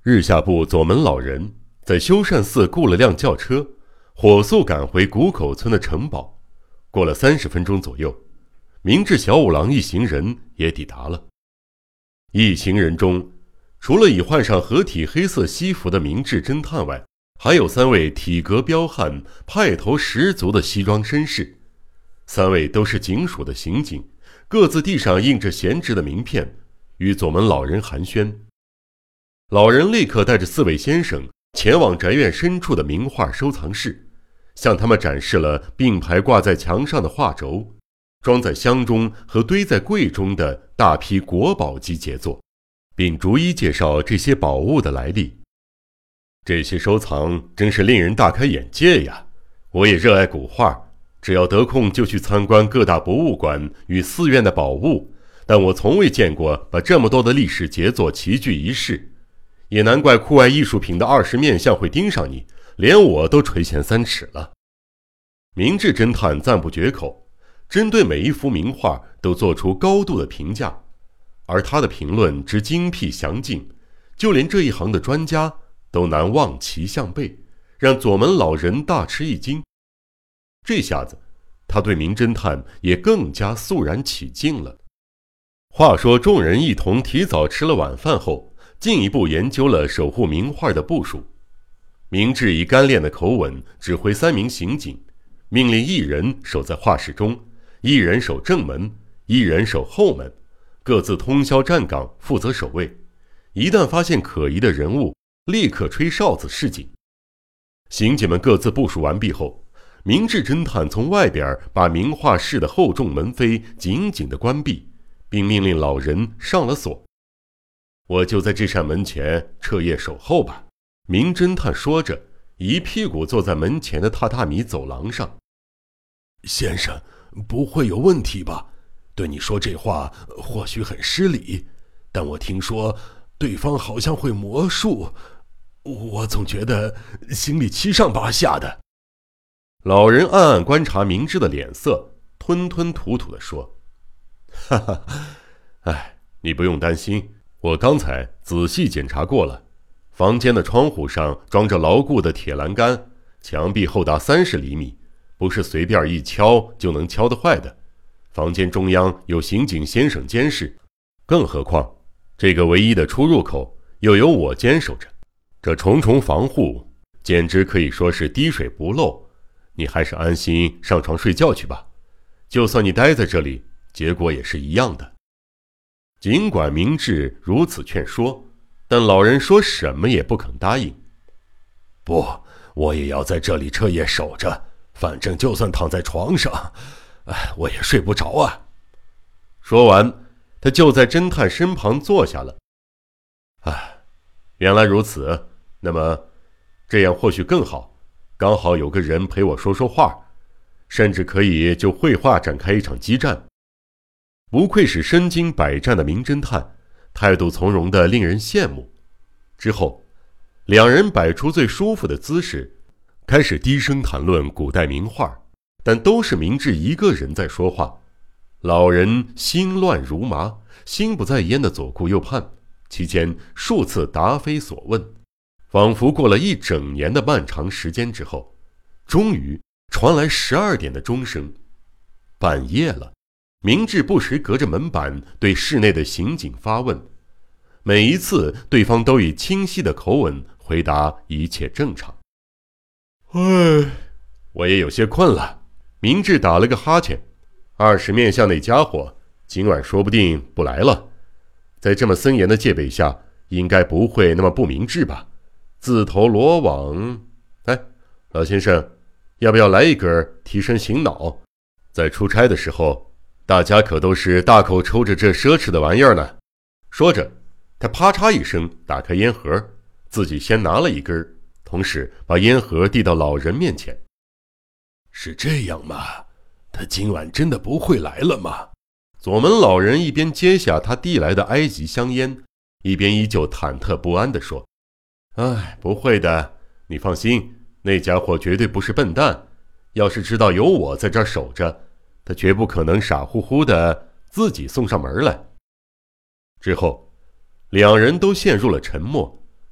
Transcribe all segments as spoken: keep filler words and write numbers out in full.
日下部左门老人在修善寺雇了辆轿车，火速赶回谷口村的城堡。过了三十分钟左右，明智小五郎一行人也抵达了。一行人中，除了已换上合体黑色西服的明智侦探外，还有三位体格彪悍、派头十足的西装绅士。三位都是警署的刑警，各自地上印着闲职的名片，与左门老人寒暄。老人立刻带着四位先生前往宅院深处的名画收藏室，向他们展示了并排挂在墙上的画轴，装在箱中和堆在柜中的大批国宝级杰作，并逐一介绍这些宝物的来历。这些收藏真是令人大开眼界呀！我也热爱古画，只要得空就去参观各大博物馆与寺院的宝物，但我从未见过把这么多的历史杰作齐聚一室。也难怪酷爱艺术品的二十面相会盯上你，连我都垂涎三尺了。明智侦探赞不绝口，针对每一幅名画都做出高度的评价，而他的评论之精辟详尽，就连这一行的专家都难望其项背，让左门老人大吃一惊。这下子，他对名侦探也更加肃然起敬了。话说众人一同提早吃了晚饭后，进一步研究了守护名画的部署。明智以干练的口吻指挥三名刑警，命令一人守在画室中，一人守正门，一人守后门，各自通宵站岗，负责守卫。一旦发现可疑的人物，立刻吹哨子示警。刑警们各自部署完毕后，明智侦探从外边把名画室的厚重门扉紧紧地关闭，并命令老人上了锁。我就在这扇门前彻夜守候吧，名侦探说着，一屁股坐在门前的榻榻米走廊上。 先生，不会有问题吧？对你说这话或许很失礼，但我听说对方好像会魔术，我总觉得心里七上八下的。 老人暗暗观察明智的脸色，吞吞吐吐地说：哈哈，哎，你不用担心，我刚才仔细检查过了，房间的窗户上装着牢固的铁栏杆，墙壁厚达三十厘米，不是随便一敲就能敲得坏的。房间中央有刑警先生监视，更何况这个唯一的出入口又由我坚守着，这重重防护简直可以说是滴水不漏。你还是安心上床睡觉去吧，就算你待在这里，结果也是一样的。尽管明智如此劝说，但老人说什么也不肯答应。 不，我也要在这里彻夜守着，反正就算躺在床上，哎，我也睡不着啊。 说完，他就在侦探身旁坐下了。哎，原来如此，那么这样或许更好，刚好有个人陪我说说话，甚至可以就绘画展开一场激战。不愧是身经百战的名侦探，态度从容的令人羡慕。之后，两人摆出最舒服的姿势，开始低声谈论古代名画，但都是明智一个人在说话。老人心乱如麻，心不在焉的左顾右盼，期间数次答非所问。仿佛过了一整年的漫长时间之后，终于传来十二点的钟声。半夜了，明智不时隔着门板对室内的刑警发问，每一次对方都以清晰的口吻回答一切正常。唉，我也有些困了。明智打了个哈欠，二十面相那家伙今晚说不定不来了，在这么森严的戒备下，应该不会那么不明智吧。自投罗网。哎，老先生，要不要来一根提神醒脑？在出差的时候，大家可都是大口抽着这奢侈的玩意儿呢。说着，他啪嚓一声打开烟盒，自己先拿了一根，同时把烟盒递到老人面前。 是这样吗？他今晚真的不会来了吗？ 左门老人一边接下他递来的埃及香烟，一边依旧忐忑不安地说：哎，不会的，你放心，那家伙绝对不是笨蛋，要是知道有我在这儿守着，他绝不可能傻乎乎的自己送上门来。之后，两人都陷入了沉默，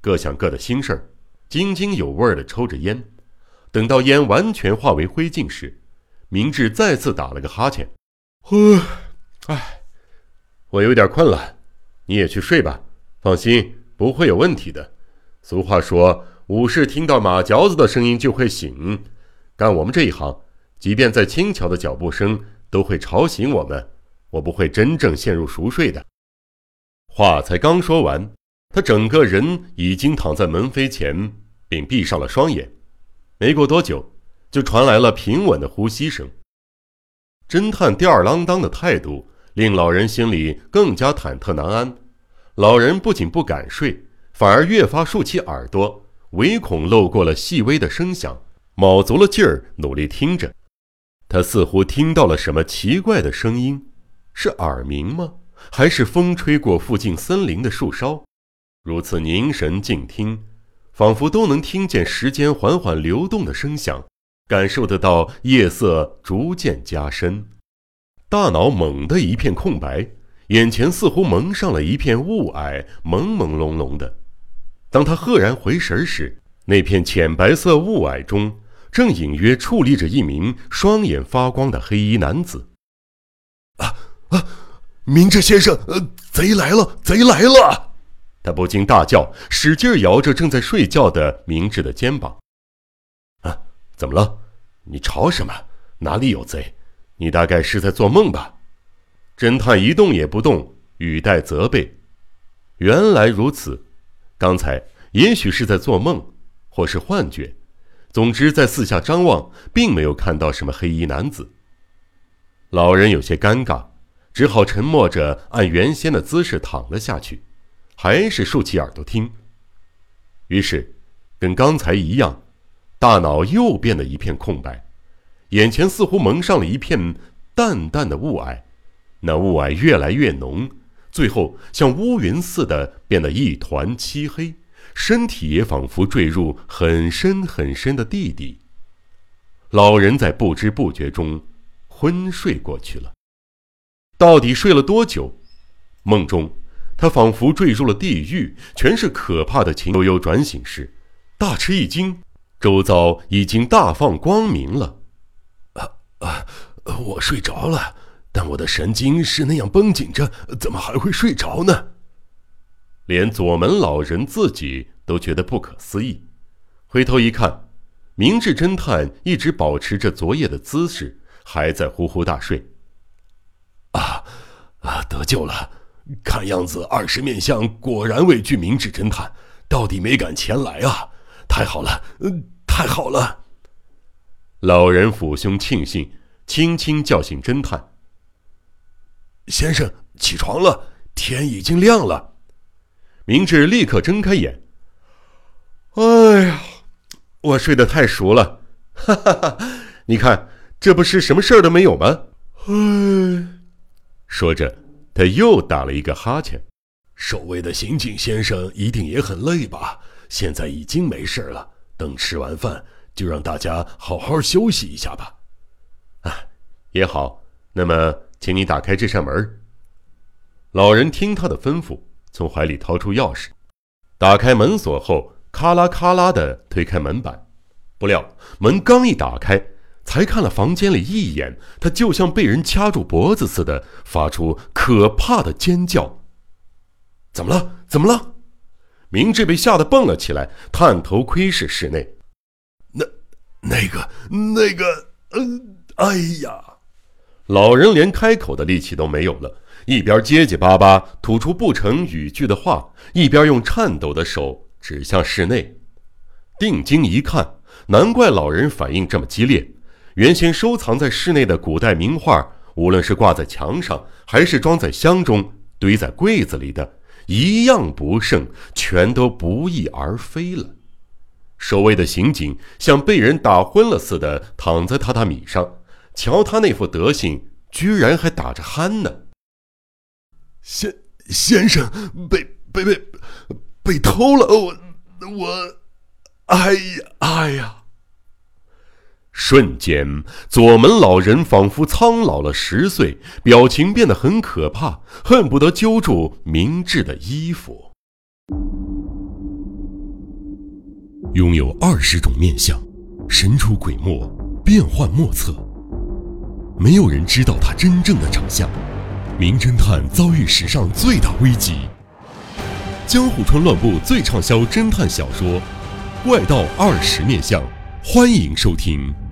各想各的心事儿，津津有味地抽着烟。等到烟完全化为灰烬时，明智再次打了个哈欠。唉，我有点困了，你也去睡吧，放心，不会有问题的。俗话说，武士听到马嚼子的声音就会醒，干我们这一行，即便再轻巧的脚步声都会吵醒我们，我不会真正陷入熟睡的。话才刚说完，他整个人已经躺在门扉前，并闭上了双眼。没过多久，就传来了平稳的呼吸声。侦探吊儿郎当的态度令老人心里更加忐忑难安。老人不仅不敢睡，反而越发竖起耳朵，唯恐漏过了细微的声响，卯足了劲儿努力听着。他似乎听到了什么奇怪的声音，是耳鸣吗？还是风吹过附近森林的树梢？如此凝神静听，仿佛都能听见时间缓缓流动的声响，感受得到夜色逐渐加深。大脑猛地一片空白，眼前似乎蒙上了一片雾霭，朦朦胧胧的。当他赫然回神时，那片浅白色雾霭中正隐约矗立着一名双眼发光的黑衣男子。 啊啊！明智先生，呃，贼来了，贼来了！ 他不禁大叫，使劲摇着正在睡觉的明智的肩膀。啊，怎么了？你吵什么？哪里有贼？你大概是在做梦吧？侦探一动也不动，语带责备。原来如此，刚才也许是在做梦，或是幻觉。总之，在四下张望，并没有看到什么黑衣男子。老人有些尴尬，只好沉默着按原先的姿势躺了下去，还是竖起耳朵听。于是，跟刚才一样，大脑又变得一片空白，眼前似乎蒙上了一片淡淡的雾霭，那雾霭越来越浓，最后像乌云似的变得一团漆黑，身体也仿佛坠入很深很深的地底。老人在不知不觉中昏睡过去了。到底睡了多久？梦中他仿佛坠入了地狱，全是可怕的情。悠悠转醒时，大吃一惊，周遭已经大放光明了。 啊啊！我睡着了，但我的神经是那样绷紧着，怎么还会睡着呢？ 连左门老人自己都觉得不可思议。回头一看，明智侦探一直保持着昨夜的姿势，还在呼呼大睡。 啊啊！得救了！看样子二十面相果然畏惧明智侦探，到底没敢前来啊！太好了，嗯，太好了！ 老人抚胸庆幸，轻轻叫醒侦探：“ 先生，起床了，天已经亮了。” 明智立刻睁开眼：“哎呀，我睡得太熟了，哈哈哈！你看，这不是什么事儿都没有吗？” 哎， 说着，他又打了一个哈欠。 守卫的刑警先生一定也很累吧？现在已经没事了，等吃完饭，就让大家好好休息一下吧。 啊，也好。那么，请你打开这扇门。老人听他的吩咐，从怀里掏出钥匙，打开门锁后，咔啦咔啦地推开门板。不料门刚一打开，才看了房间里一眼，他就像被人掐住脖子似的，发出可怕的尖叫。怎么了？怎么了？明智被吓得蹦了起来，探头窥视室内。 那、那个、那个……嗯，哎呀！ 老人连开口的力气都没有了，一边结结巴巴吐出不成语句的话，一边用颤抖的手指向室内。定睛一看，难怪老人反应这么激烈。原先收藏在室内的古代名画，无论是挂在墙上，还是装在箱中，堆在柜子里的，一样不剩，全都不翼而飞了。守卫的刑警像被人打昏了似的躺在榻榻米上，瞧他那副德行，居然还打着鼾呢。 先先生被被被被偷了，我我，哎呀哎呀！ 瞬间，左门老人仿佛苍老了十岁，表情变得很可怕，恨不得揪住明智的衣服。 拥有二十种面相，神出鬼没，变幻莫测。没有人知道他真正的长相，名侦探遭遇史上最大危机。江户川乱步最畅销侦探小说《怪盗二十面相》，欢迎收听。